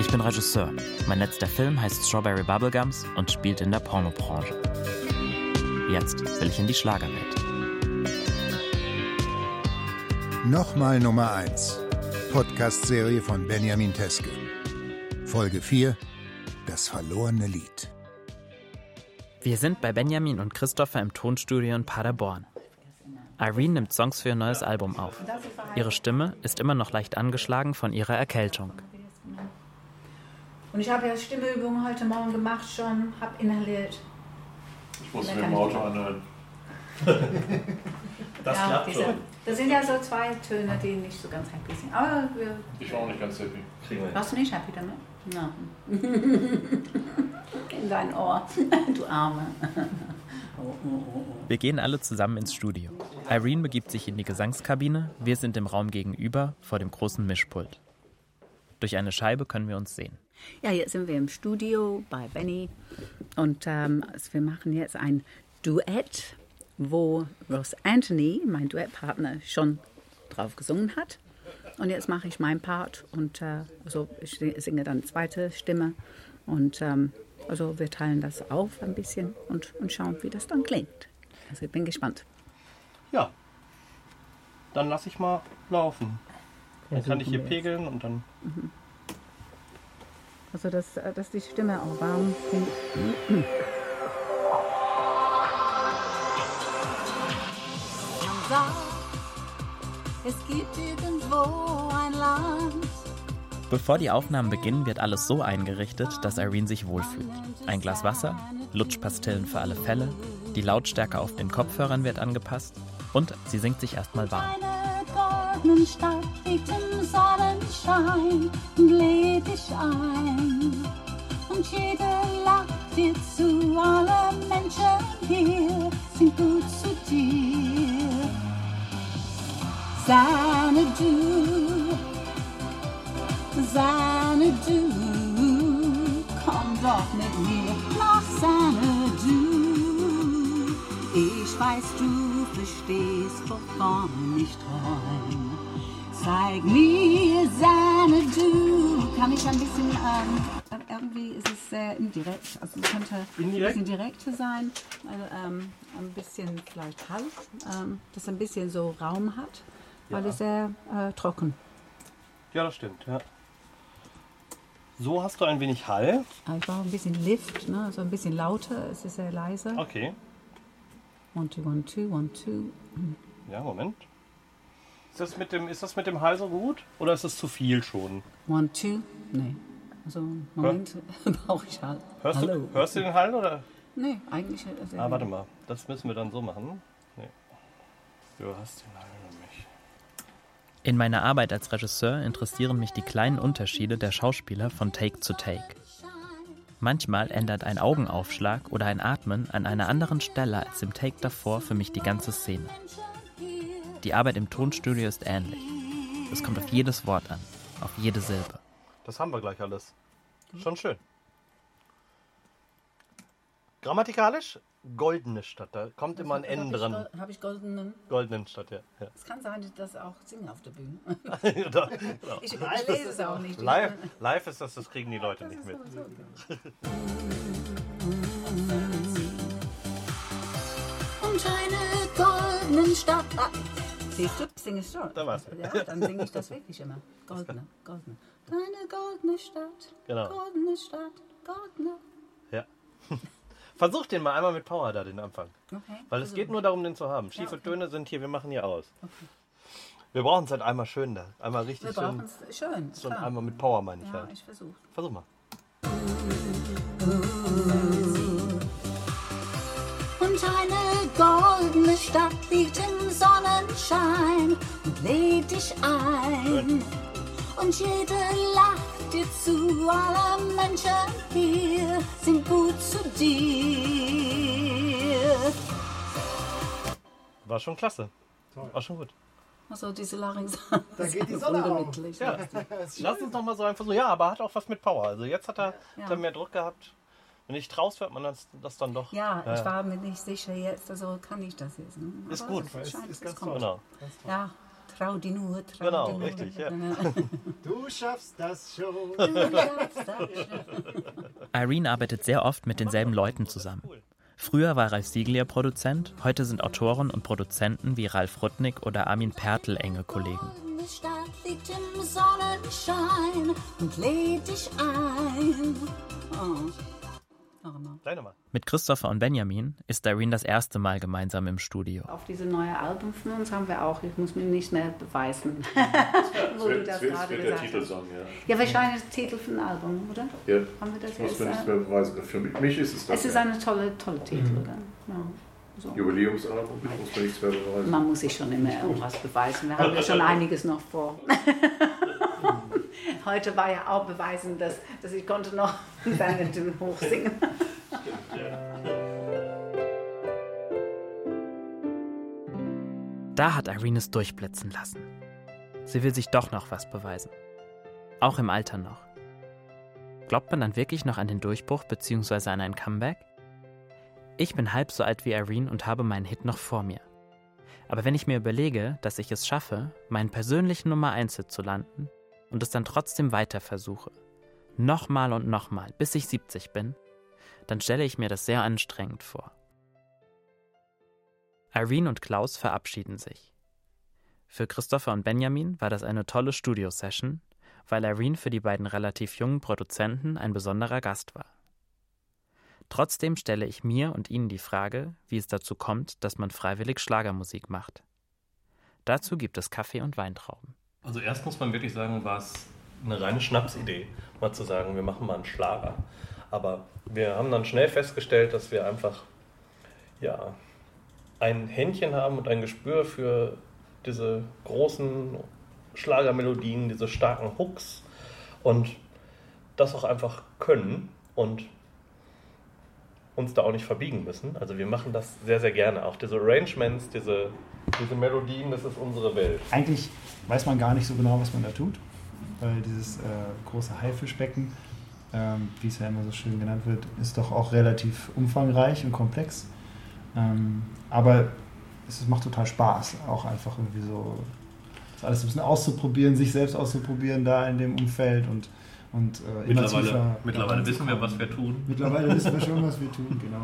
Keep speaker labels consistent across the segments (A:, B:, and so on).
A: Ich bin Regisseur. Mein letzter Film heißt Strawberry Bubblegums und spielt in der Pornobranche. Jetzt will ich in die Schlagerwelt.
B: Nochmal Nummer 1. Podcast-Serie von Benjamin Teske. Folge 4. Das verlorene Lied.
A: Wir sind bei Benjamin und Christopher im Tonstudio in Paderborn. Irene nimmt Songs für ihr neues Album auf. Ihre Stimme ist immer noch leicht angeschlagen von ihrer Erkältung.
C: Und ich habe ja Stimmeübungen heute Morgen gemacht schon, habe inhaliert.
D: Ich muss mir im Auto anhören.
E: Das klappt schon.
C: Das sind ja so zwei Töne, die nicht so ganz happy sind. Aber
D: Ich war auch nicht ganz happy.
C: warst du nicht happy damit? Nein. In dein Ohr, du Arme.
A: Wir gehen alle zusammen ins Studio. Irene begibt sich in die Gesangskabine, wir sind im Raum gegenüber vor dem großen Mischpult. Durch eine Scheibe können wir uns sehen.
C: Ja, jetzt sind wir im Studio bei Benny und wir machen jetzt ein Duett, wo Ross Anthony, mein Duettpartner, schon drauf gesungen hat. Und jetzt mache ich meinen Part und ich singe dann zweite Stimme und also wir teilen das auf ein bisschen und schauen, wie das dann klingt. Also ich bin gespannt.
E: Ja, dann lasse ich mal laufen. Dann kann ich hier pegeln und dann...
C: Also dass die Stimme auch warm klingt.
F: Man sagt, es gibt irgendwo ein Land.
A: Bevor die Aufnahmen beginnen, wird alles so eingerichtet, dass Irene sich wohlfühlt. Ein Glas Wasser, Lutschpastillen für alle Fälle, die Lautstärke auf den Kopfhörern wird angepasst und sie singt sich erstmal warm.
F: Eine goldene Stadt liegt im Sonnenschein und lädt dich ein. Und jeder lacht dir zu, alle Menschen hier sind gut zu dir. Xanadu, komm doch mit mir nach Xanadu. Ich weiß, du verstehst, wovon ich träum. Zeig mir Xanadu. Kann ich ein bisschen, irgendwie ist es sehr indirekt, also es könnte ein bisschen direkter sein, also, ein bisschen vielleicht Hall, das ein bisschen so Raum hat, weil es sehr trocken.
E: Ja, das stimmt, ja. So hast du ein wenig Hall.
C: Ich brauche ein bisschen Lift, ne? Also ein bisschen lauter, es ist sehr leise.
E: Okay.
C: 1, 2, 1, 2, 1, 2.
E: Ja, Moment. Ist das mit dem Hall so gut? Oder ist es zu viel schon?
C: 1, 2, nee. Also im Moment brauche ich Hall.
E: Hörst du den Hall oder?
C: Nee, eigentlich. Also
E: Warte mal. Das müssen wir dann so machen. Nee. Du hast den Hall noch nicht.
A: In meiner Arbeit als Regisseur interessieren mich die kleinen Unterschiede der Schauspieler von Take zu Take. Manchmal ändert ein Augenaufschlag oder ein Atmen an einer anderen Stelle als im Take davor für mich die ganze Szene. Die Arbeit im Tonstudio ist ähnlich. Es kommt auf jedes Wort an, auf jede Silbe.
E: Das haben wir gleich alles. Schon schön. Grammatikalisch goldene Stadt. Da kommt immer ein N dran.
C: Habe ich goldenen?
E: Goldenen Stadt, ja.
C: Es kann sein, dass ich das auch singe auf der Bühne.
E: Genau.
C: Ich lese es auch nicht.
E: Live ist das kriegen die Leute nicht mit.
F: Und eine goldene Stadt.
C: Siehst du, singe ich schon.
E: Da war's.
C: Ja, dann singe ich das wirklich immer. Goldene.
F: Deine goldene Stadt.
E: Genau.
F: Goldene Stadt. Goldene.
E: Ja. Versuch den mal einmal mit Power da, den Anfang.
C: Okay.
E: Weil es geht nur darum, den zu haben. Schiefe
C: okay.
E: Töne sind hier, wir machen hier aus.
C: Okay.
E: Wir brauchen es halt einmal schön da. Einmal richtig
C: Wir brauchen es schön.
E: So
C: klar.
E: einmal mit Power meine ich
C: Ja,
E: halt.
C: ich versuche.
E: Versuch mal.
F: Und eine goldene Stadt liegt im Sonnenschein und lädt dich ein. Und jeder lacht dir zu, alle Menschen hier sind gut zu dir.
E: War schon klasse. War schon gut.
C: Also diese Larynx.
G: Da geht die Sonne auf.
E: Ja. Lass uns noch mal so einfach so. Ja, aber hat auch was mit Power. Also jetzt hat er mehr Druck gehabt. Wenn nicht traust, hört man das dann doch.
C: Ja, ich war mir nicht sicher jetzt, also kann ich das jetzt. Ne?
E: Ist
C: Aber
E: gut.
C: es scheint,
G: Ist
C: es
G: ganz
C: kommt.
E: Genau.
C: Ja,
F: trau dir nur.
E: Genau, richtig, ja.
G: Du schaffst das schon.
A: Irene arbeitet sehr oft mit denselben Leuten zusammen. Früher war Ralf Siegel ihr Produzent, heute sind Autoren und Produzenten wie Ralf Rudnick oder Armin Pertl enge Kollegen.
F: Die Stadt liegt im Sonnenschein und lädt dich ein. Oh.
A: Mit Christopher und Benjamin ist Irene das erste Mal gemeinsam im Studio.
C: Auf diese neue Album von uns haben wir auch, ich muss mir nicht mehr beweisen, wo du das gerade gesagt hast.
D: Titelsong,
C: Ja, wahrscheinlich der Titel von dem Album, oder?
D: Ja.
C: Haben wir das
D: Ich muss
C: jetzt?
D: mir nicht mehr beweisen. Für mich ist es das.
C: Es ist eine tolle Titel, oder? Ja, so.
D: Jubiläumsalbum, ich muss mir nichts mehr beweisen.
C: Man muss sich schon immer irgendwas beweisen. Wir haben ja schon einiges noch vor. Heute war ja auch beweisen, dass ich konnte noch seine Töne hochsingen.
A: Da hat Irene es durchblitzen lassen. Sie will sich doch noch was beweisen. Auch im Alter noch. Glaubt man dann wirklich noch an den Durchbruch bzw. an ein Comeback? Ich bin halb so alt wie Irene und habe meinen Hit noch vor mir. Aber wenn ich mir überlege, dass ich es schaffe, meinen persönlichen Nummer-1-Hit zu landen und es dann trotzdem weiter versuche, nochmal und nochmal, bis ich 70 bin, dann stelle ich mir das sehr anstrengend vor. Irene und Klaus verabschieden sich. Für Christopher und Benjamin war das eine tolle Studio-Session, weil Irene für die beiden relativ jungen Produzenten ein besonderer Gast war. Trotzdem stelle ich mir und ihnen die Frage, wie es dazu kommt, dass man freiwillig Schlagermusik macht. Dazu gibt es Kaffee und Weintrauben.
E: Also erst muss man wirklich sagen, war es eine reine Schnapsidee, mal zu sagen, wir machen mal einen Schlager. Aber wir haben dann schnell festgestellt, dass wir einfach ein Händchen haben und ein Gespür für diese großen Schlagermelodien, diese starken Hooks und das auch einfach können und uns da auch nicht verbiegen müssen. Also wir machen das sehr, sehr gerne. Auch diese Arrangements, diese Melodien, das ist unsere Welt.
G: Eigentlich weiß man gar nicht so genau, was man da tut, weil dieses große Haifischbecken, wie es ja immer so schön genannt wird, ist doch auch relativ umfangreich und komplex. Aber es macht total Spaß, auch einfach irgendwie so das alles ein bisschen auszuprobieren, sich selbst auszuprobieren da in dem Umfeld und
E: Mittlerweile wissen wir, was wir tun.
G: Mittlerweile wissen wir schon, was wir tun, genau.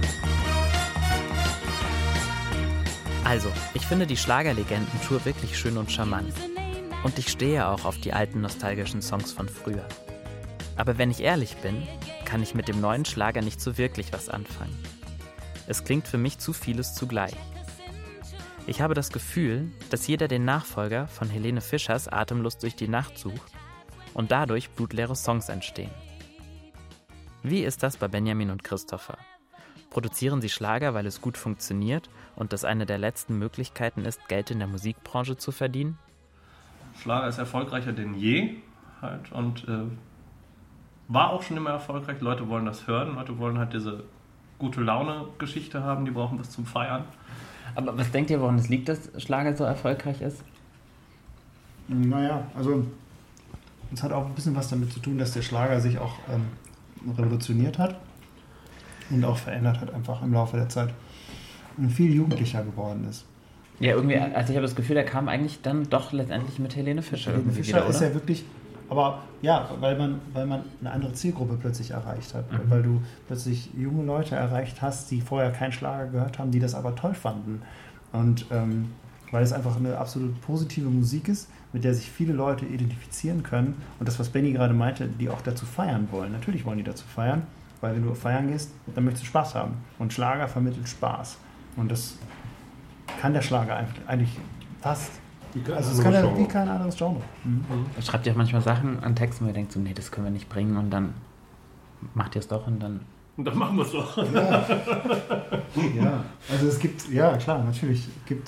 A: Also, ich finde die Schlagerlegenden-Tour wirklich schön und charmant. Und ich stehe auch auf die alten nostalgischen Songs von früher. Aber wenn ich ehrlich bin, kann ich mit dem neuen Schlager nicht so wirklich was anfangen. Es klingt für mich zu vieles zugleich. Ich habe das Gefühl, dass jeder den Nachfolger von Helene Fischers Atemlos durch die Nacht sucht und dadurch blutleere Songs entstehen. Wie ist das bei Benjamin und Christopher? Produzieren sie Schlager, weil es gut funktioniert und das eine der letzten Möglichkeiten ist, Geld in der Musikbranche zu verdienen?
E: Schlager ist erfolgreicher denn je halt und war auch schon immer erfolgreich. Leute wollen das hören, Leute wollen halt diese gute Laune-Geschichte haben, die brauchen was zum Feiern.
A: Aber was denkt ihr, woran es liegt, dass Schlager so erfolgreich ist?
G: Naja, also es hat auch ein bisschen was damit zu tun, dass der Schlager sich auch revolutioniert hat und auch verändert hat einfach im Laufe der Zeit und viel jugendlicher geworden ist.
A: Ja, irgendwie, also ich habe das Gefühl, der kam eigentlich dann doch letztendlich mit Helene Fischer
G: Helene
A: irgendwie
G: Fischer
A: wieder, oder?
G: ist ja wirklich, aber ja, weil man eine andere Zielgruppe plötzlich erreicht hat, weil du plötzlich junge Leute erreicht hast, die vorher keinen Schlager gehört haben, die das aber toll fanden und weil es einfach eine absolut positive Musik ist, mit der sich viele Leute identifizieren können und das, was Benny gerade meinte, die auch dazu feiern wollen. Natürlich wollen die dazu feiern, weil wenn du feiern gehst, dann möchtest du Spaß haben und Schlager vermittelt Spaß und das kann der Schlager eigentlich fast. Also es kann ja wie kein anderes Genre.
A: Schreibt ihr auch manchmal Sachen an Texten, wo ihr denkt, so, nee, das können wir nicht bringen und dann macht ihr es doch und dann...
E: Und dann machen wir es doch.
G: Ja. Ja, also es gibt, ja klar, natürlich,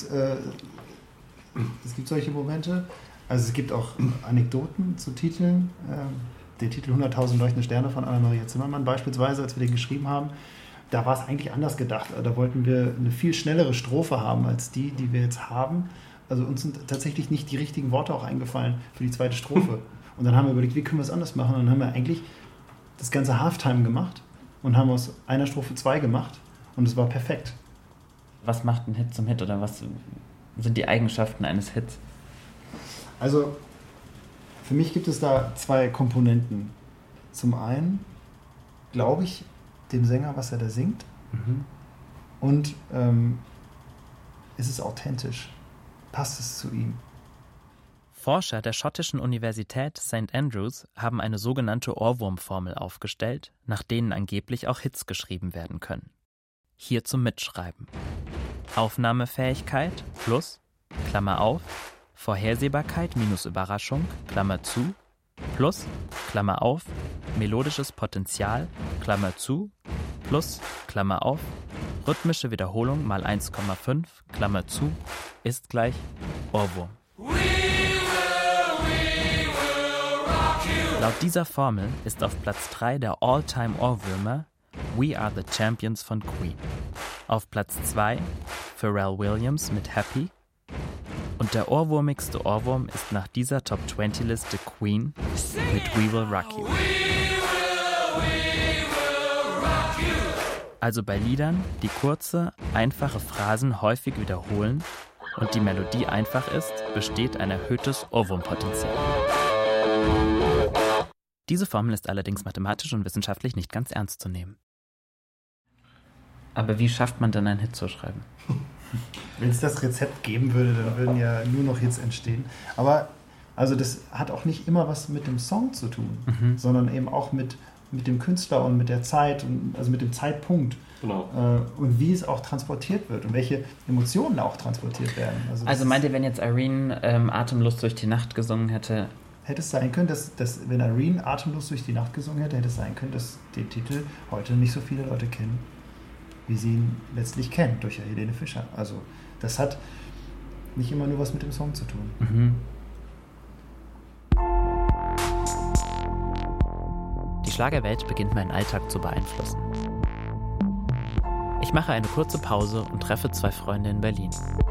G: es gibt solche Momente. Also es gibt auch Anekdoten zu Titeln. Der Titel 100.000 leuchtende Sterne von Anna-Maria Zimmermann beispielsweise, als wir den geschrieben haben, da war es eigentlich anders gedacht. Da wollten wir eine viel schnellere Strophe haben als die wir jetzt haben. Also uns sind tatsächlich nicht die richtigen Worte auch eingefallen für die zweite Strophe. Und dann haben wir überlegt, wie können wir es anders machen? Und dann haben wir eigentlich das ganze Halftime gemacht und haben aus einer Strophe 2 gemacht. Und es war perfekt.
A: Was macht ein Hit zum Hit oder was sind die Eigenschaften eines Hits?
G: Also für mich gibt es da 2 Komponenten. Zum einen glaube ich dem Sänger, was er da singt. Und ist es authentisch? Passt es zu ihm?
A: Forscher der schottischen Universität St. Andrews haben eine sogenannte Ohrwurmformel aufgestellt, nach denen angeblich auch Hits geschrieben werden können. Hier zum Mitschreiben. Aufnahmefähigkeit plus, Klammer auf, Vorhersehbarkeit minus Überraschung, Klammer zu, plus, Klammer auf, melodisches Potenzial, Klammer zu, plus, Klammer auf, rhythmische Wiederholung mal 1,5, Klammer zu, ist gleich Ohrwurm. Laut dieser Formel ist auf Platz 3 der All-Time-Ohrwürmer We Are the Champions von Queen. Auf Platz 2 Pharrell Williams mit Happy. Und der ohrwurmigste Ohrwurm ist nach dieser Top-20-Liste Queen mit We Will Rock You. Also bei Liedern, die kurze, einfache Phrasen häufig wiederholen und die Melodie einfach ist, besteht ein erhöhtes Ohrwurmpotenzial. Diese Formel ist allerdings mathematisch und wissenschaftlich nicht ganz ernst zu nehmen. Aber wie schafft man denn einen Hit zu schreiben?
G: Wenn es das Rezept geben würde, dann würden ja nur noch Hits entstehen. Aber also das hat auch nicht immer was mit dem Song zu tun, sondern eben auch mit dem Künstler und mit der Zeit, und also mit dem Zeitpunkt.
E: Genau.
G: Und wie es auch transportiert wird und welche Emotionen auch transportiert werden.
A: Also meint ihr, wenn jetzt Irene Atemlos durch die Nacht gesungen hätte?
G: Hätte es sein können, dass wenn Irene Atemlos durch die Nacht gesungen hätte, hätte es sein können, dass den Titel heute nicht so viele Leute kennen, wie sie ihn letztlich kennen, durch Helene Fischer. Also das hat nicht immer nur was mit dem Song zu tun.
A: Die Schlagerwelt beginnt meinen Alltag zu beeinflussen. Ich mache eine kurze Pause und treffe 2 Freunde in Berlin.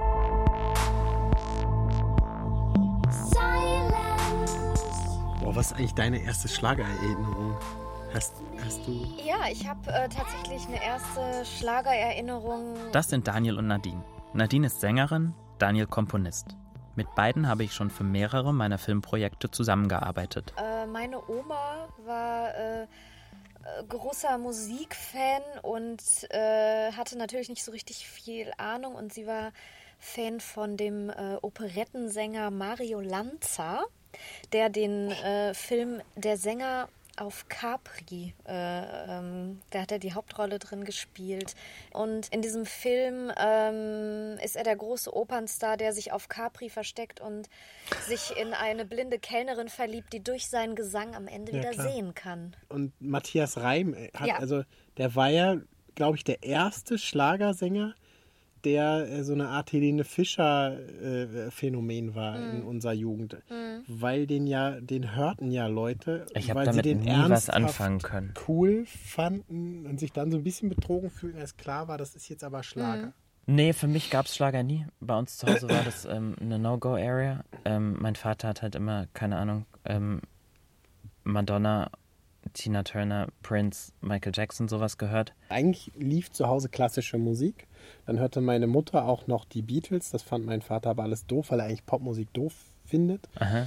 H: Boah, was ist eigentlich deine erste Schlagererinnerung? Hast du...
I: Ja, ich habe tatsächlich eine erste Schlagererinnerung.
A: Das sind Daniel und Nadine. Nadine ist Sängerin, Daniel Komponist. Mit beiden habe ich schon für mehrere meiner Filmprojekte zusammengearbeitet.
I: Meine Oma war großer Musikfan und hatte natürlich nicht so richtig viel Ahnung. Und sie war Fan von dem Operettensänger Mario Lanza, der den Film Der Sänger auf Capri, da hat er die Hauptrolle drin gespielt. Und in diesem Film ist er der große Opernstar, der sich auf Capri versteckt und sich in eine blinde Kellnerin verliebt, die durch seinen Gesang am Ende wieder sehen kann.
H: Und Matthias Reim, der war ja, glaube ich, der erste Schlagersänger, der so eine Art Helene Fischer-Phänomen war in unserer Jugend. Weil den hörten ja Leute, weil
A: damit
H: sie den
A: nie was anfangen können.
H: Cool fanden und sich dann so ein bisschen betrogen fühlten, als klar war, das ist jetzt aber Schlager.
A: Nee, für mich gab es Schlager nie. Bei uns zu Hause war das eine No-Go-Area. Mein Vater hat halt immer, keine Ahnung, Madonna, Tina Turner, Prince, Michael Jackson, sowas gehört.
H: Eigentlich lief zu Hause klassische Musik. Dann hörte meine Mutter auch noch die Beatles. Das fand mein Vater aber alles doof, weil er eigentlich Popmusik doof findet.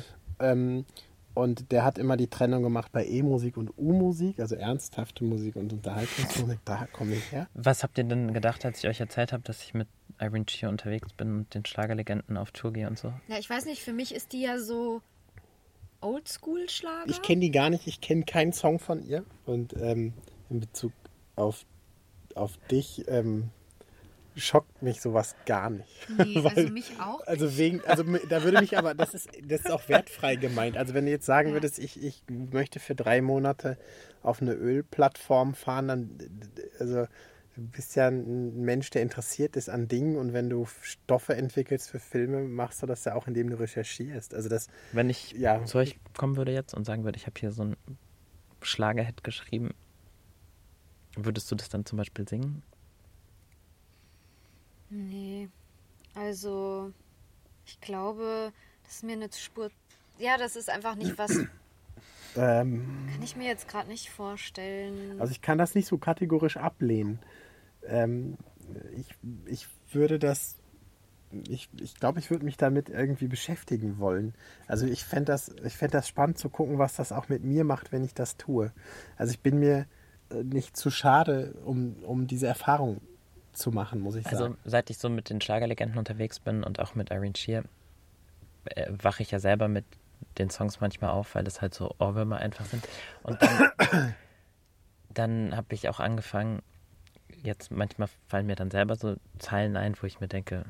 H: Und der hat immer die Trennung gemacht bei E-Musik und U-Musik, also ernsthafte Musik und Unterhaltungsmusik. Da komme ich her.
A: Was habt ihr denn gedacht, als ich euch erzählt habe, dass ich mit Irene Chia unterwegs bin und den Schlagerlegenden auf Tour gehe und so?
I: Ja, ich weiß nicht, für mich ist die ja so Oldschool-Schlager.
H: Ich kenne die gar nicht, ich kenne keinen Song von ihr. Und in Bezug auf dich schockt mich sowas gar nicht.
I: Nee, also mich auch nicht.
H: Da würde mich aber, das ist auch wertfrei gemeint. Also wenn du jetzt sagen würdest, ich möchte für 3 Monate auf eine Ölplattform fahren, dann, also du bist ja ein Mensch, der interessiert ist an Dingen, und wenn du Stoffe entwickelst für Filme, machst du das ja auch, indem du recherchierst. Also das,
A: wenn ich zu euch kommen würde jetzt und sagen würde, ich habe hier so einen Schlagerhit geschrieben, würdest du das dann zum Beispiel singen?
I: Nee, also ich glaube, das ist mir eine Spur... Ja, das ist einfach nicht was... kann ich mir jetzt gerade nicht vorstellen.
H: Also ich kann das nicht so kategorisch ablehnen. Ich würde das ich glaube, ich würde mich damit irgendwie beschäftigen wollen. Also ich fände das spannend zu gucken, was das auch mit mir macht, wenn ich das tue. Also ich bin mir nicht zu schade, um diese Erfahrung zu machen, muss ich sagen.
A: Also seit ich so mit den Schlagerlegenden unterwegs bin und auch mit Irene Shear, wache ich ja selber mit den Songs manchmal auf, weil das halt so Ohrwürmer einfach sind. Und dann habe ich auch angefangen, jetzt manchmal fallen mir dann selber so Zeilen ein, wo ich mir denke,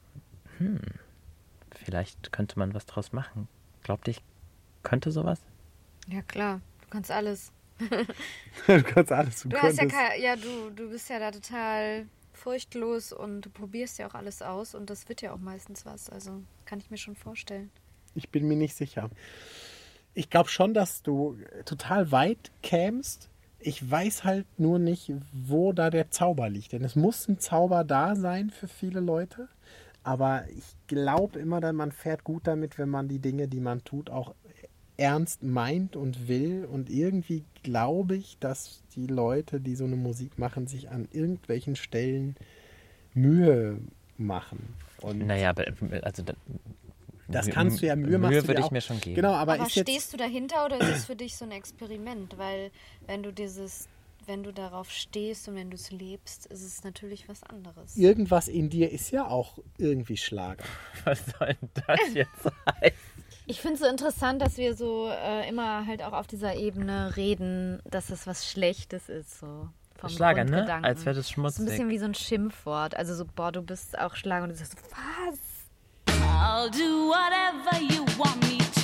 A: vielleicht könnte man was draus machen. Glaubt ihr, ich könnte sowas?
I: Ja, klar. Du kannst alles.
H: Du kannst alles.
I: Du bist ja da total furchtlos und du probierst ja auch alles aus und das wird ja auch meistens was. Also kann ich mir schon vorstellen.
H: Ich bin mir nicht sicher. Ich glaube schon, dass du total weit kämst. Ich weiß halt nur nicht, wo da der Zauber liegt. Denn es muss ein Zauber da sein für viele Leute. Aber ich glaube immer, dass man fährt gut damit, wenn man die Dinge, die man tut, auch ernst meint und will. Und irgendwie glaube ich, dass die Leute, die so eine Musik machen, sich an irgendwelchen Stellen Mühe machen. Und
A: naja, also
H: das kannst du ja, Mühe machst du
A: würde
H: ja
A: ich
H: auch.
A: mir schon geben.
H: Genau, aber
I: stehst du dahinter oder ist es für dich so ein Experiment? Weil wenn du darauf stehst und wenn du es lebst, ist es natürlich was anderes.
H: Irgendwas in dir ist ja auch irgendwie Schlager.
A: Was soll denn das jetzt sein?
I: Ich finde es so interessant, dass wir so immer halt auch auf dieser Ebene reden, dass es was Schlechtes ist, so vom
A: Schlager, ne?
I: Grundgedanken.
A: Als wäre das
I: Das
A: schmutzig.
I: ist ein bisschen wie so ein Schimpfwort. Also so, du bist auch Schlager und du sagst so, was?
J: I'll do whatever you want me to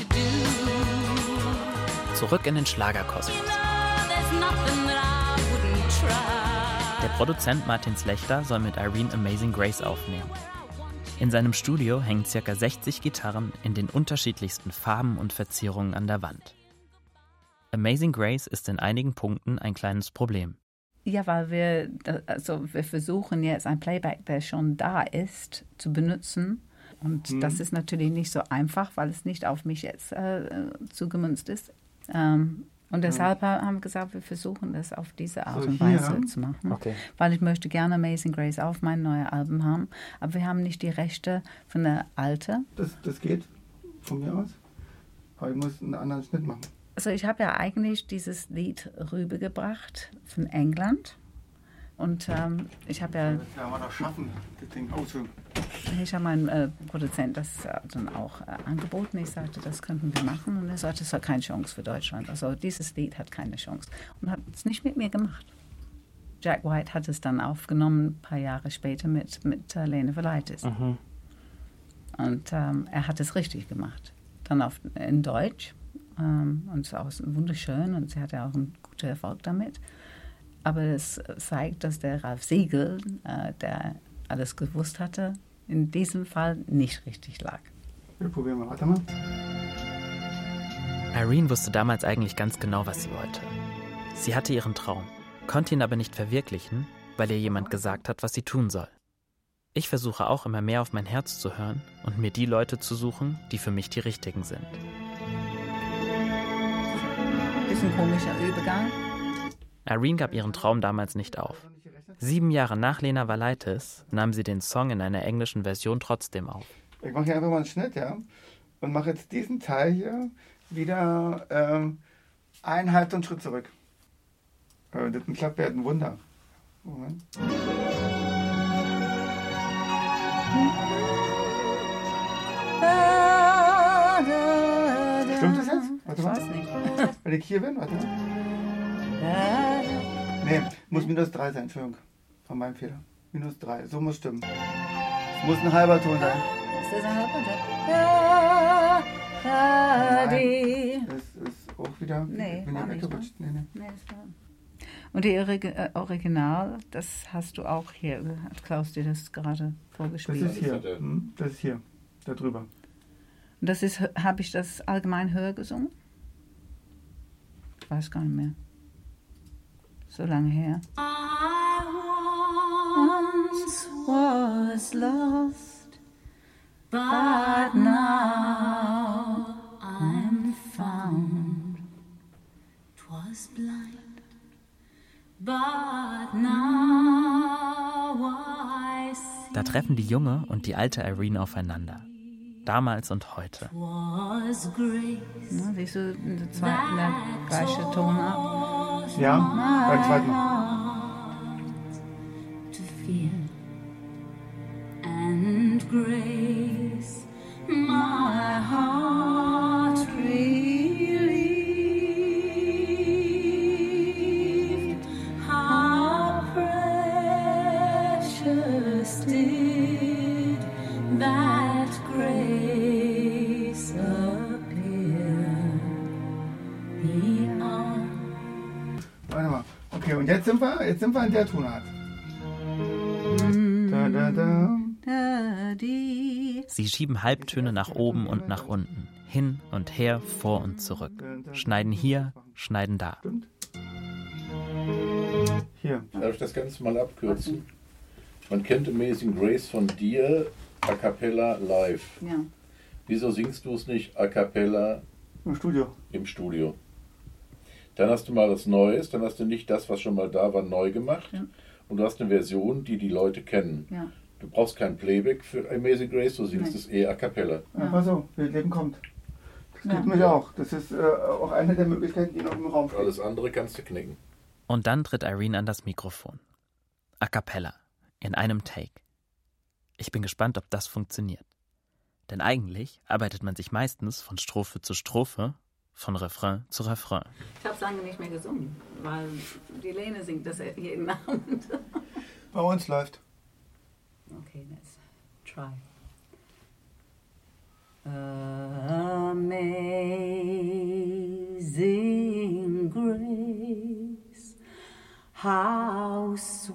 J: do.
A: Zurück in den Schlagerkosmos.
J: There's nothing that I wouldn't try.
A: Der Produzent Martin Slechter soll mit Irene Amazing Grace aufnehmen. In seinem Studio hängen ca. 60 Gitarren in den unterschiedlichsten Farben und Verzierungen an der Wand. Amazing Grace ist in einigen Punkten ein kleines Problem.
C: Ja, weil wir versuchen jetzt ein Playback, der schon da ist, zu benutzen. Und das ist natürlich nicht so einfach, weil es nicht auf mich jetzt zugemünzt ist. Und deshalb haben wir gesagt, wir versuchen das auf diese Art und Weise zu machen. Okay. Weil ich möchte gerne Amazing Grace auf mein neues Album haben. Aber wir haben nicht die Rechte von der alte.
K: Das geht von mir aus. Aber ich muss einen anderen Schnitt machen.
C: Also ich habe ja eigentlich dieses Lied rübergebracht von England. Und ich habe ja...
K: Das werden wir noch schaffen, das Ding auszuhören.
C: Ich habe meinen Produzent das dann auch angeboten. Ich sagte, das könnten wir machen. Und er sagte, es hat keine Chance für Deutschland. Also dieses Lied hat keine Chance. Und hat es nicht mit mir gemacht. Jack White hat es dann aufgenommen, ein paar Jahre später mit Lene Velitis. Mhm. Und er hat es richtig gemacht. Dann in Deutsch. Und es war auch wunderschön. Und sie hatte auch einen guten Erfolg damit. Aber es zeigt, dass der Ralf Siegel, der alles gewusst hatte, in diesem Fall nicht richtig lag.
K: Wir probieren mal. Warte mal.
A: Irene wusste damals eigentlich ganz genau, was sie wollte. Sie hatte ihren Traum, konnte ihn aber nicht verwirklichen, weil ihr jemand gesagt hat, was sie tun soll. Ich versuche auch immer mehr auf mein Herz zu hören und mir die Leute zu suchen, die für mich die richtigen sind.
C: Bisschen komischer Übergang.
A: Irene gab ihren Traum damals nicht auf. 7 Jahre nach Lene Velitis nahm sie den Song in einer englischen Version trotzdem auf.
K: Ich mache hier einfach mal einen Schnitt, ja, und mache jetzt diesen Teil hier wieder einen halben Schritt zurück. Das klappt, wäre ein Wunder. Moment. Stimmt das jetzt? Warte mal. Ich weiß nicht. Wenn ich hier bin, warte mal. Nee, muss -3 sein, Entschuldigung. Von meinem Fehler. -3, so muss stimmen. Es muss ein halber Ton sein.
C: Ist das ein halber Ton?
K: Nein, das ist auch wieder...
C: Nee, war nicht, ne?
K: Nee.
C: Und die Original, das hast du auch hier. Hat Klaus dir das gerade vorgespielt?
K: Das ist hier. Das ist hier. Da drüber.
C: Und das ist, habe ich das allgemein höher gesungen? Ich weiß gar nicht mehr. So lange her.
J: I once was lost, but now I'm found. 'Twas blind, but now I see.
A: Da treffen die junge und die alte Irene aufeinander. Damals und heute.
C: Na, siehst du, der gleiche Ton ab?
K: Ja, beim zweiten Mal.
J: And grace, my heart relieved. How precious did that grace appear. The hour.
K: Warte mal. Okay, und jetzt sind wir in der Tonart. Da, da, da.
A: Sie schieben Halbtöne nach oben und nach unten, hin und her, vor und zurück. Schneiden hier, schneiden da.
K: Hier.
L: Darf ich das Ganze mal abkürzen? Man kennt Amazing Grace von dir a cappella live.
C: Ja.
L: Wieso singst du es nicht a cappella
K: Im Studio?
L: Im Studio. Dann hast du mal was Neues, dann hast du nicht das, was schon mal da war, neu gemacht.
C: Ja.
L: Und du hast eine Version, die die Leute kennen.
C: Ja.
L: Du brauchst kein Playback für Amazing Grace, du singst
C: Nein.
L: es a cappella.
K: Einfach so, wie das Leben kommt. Das
C: Ja.
K: geht mir auch. Das ist auch eine der Möglichkeiten, die noch im Raum steht.
L: Alles andere kannst du knicken.
A: Und dann tritt Irene an das Mikrofon. A cappella. In einem Take. Ich bin gespannt, ob das funktioniert. Denn eigentlich arbeitet man sich meistens von Strophe zu Strophe, von Refrain zu Refrain.
C: Ich habe es lange nicht mehr gesungen, weil die Lene singt das jeden Abend.
K: Bei uns läuft.
C: Okay, let's try.
F: Amazing grace, how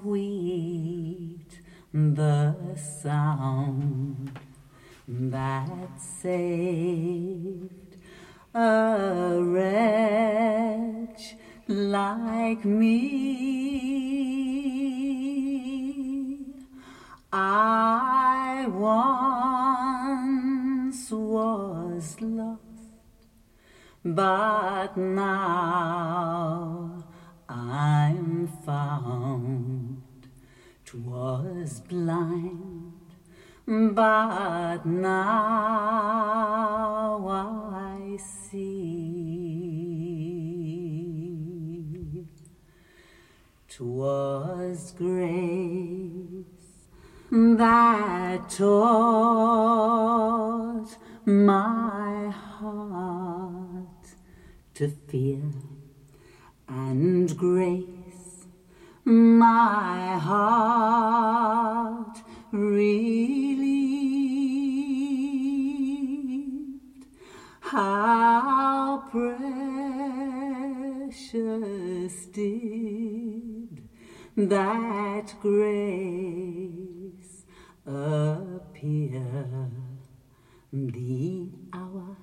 F: sweet the sound that saved a wretch like me. I once was lost, but now I'm found. 'Twas blind, but now I see. 'Twas grace that taught my heart to fear, and grace my heart relieved. How precious did that grace appear the hour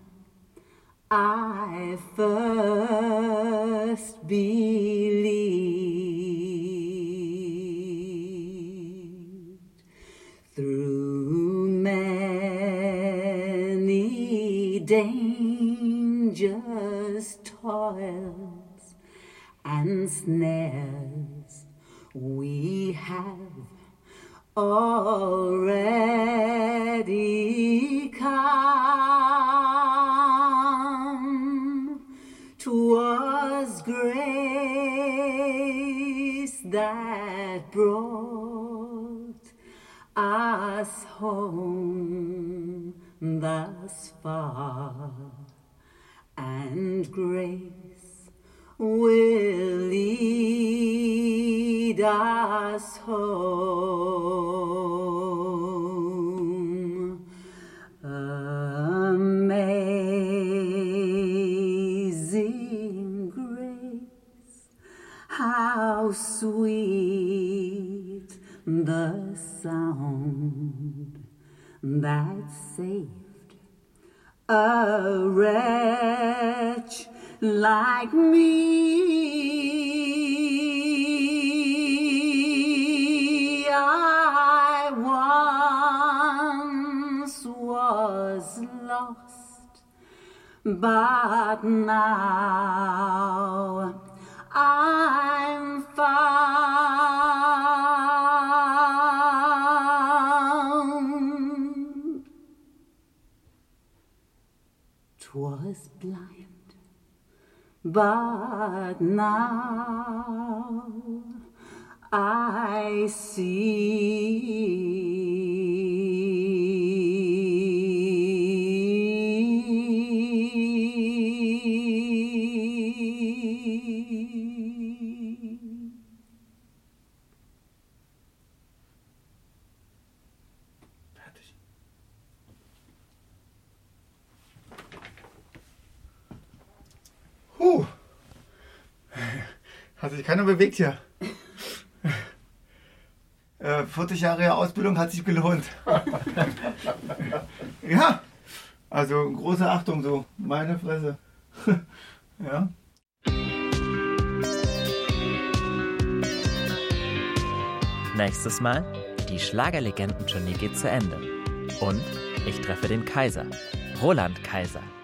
F: I first believed. Through many dangers, toils, and snares we have already come. 'Twas grace that brought us home thus far, and grace will lead us home. Amazing grace, how sweet the sound that saved a wretch like me. I once was lost, but now I'm found. but now I see.
K: Fertig. Hat sich keiner bewegt hier. 40 Jahre Ausbildung hat sich gelohnt. Ja, also große Achtung so, meine Fresse. Ja.
A: Nächstes Mal, die Schlagerlegenden-Tournee geht zu Ende. Und ich treffe den Kaiser, Roland Kaiser.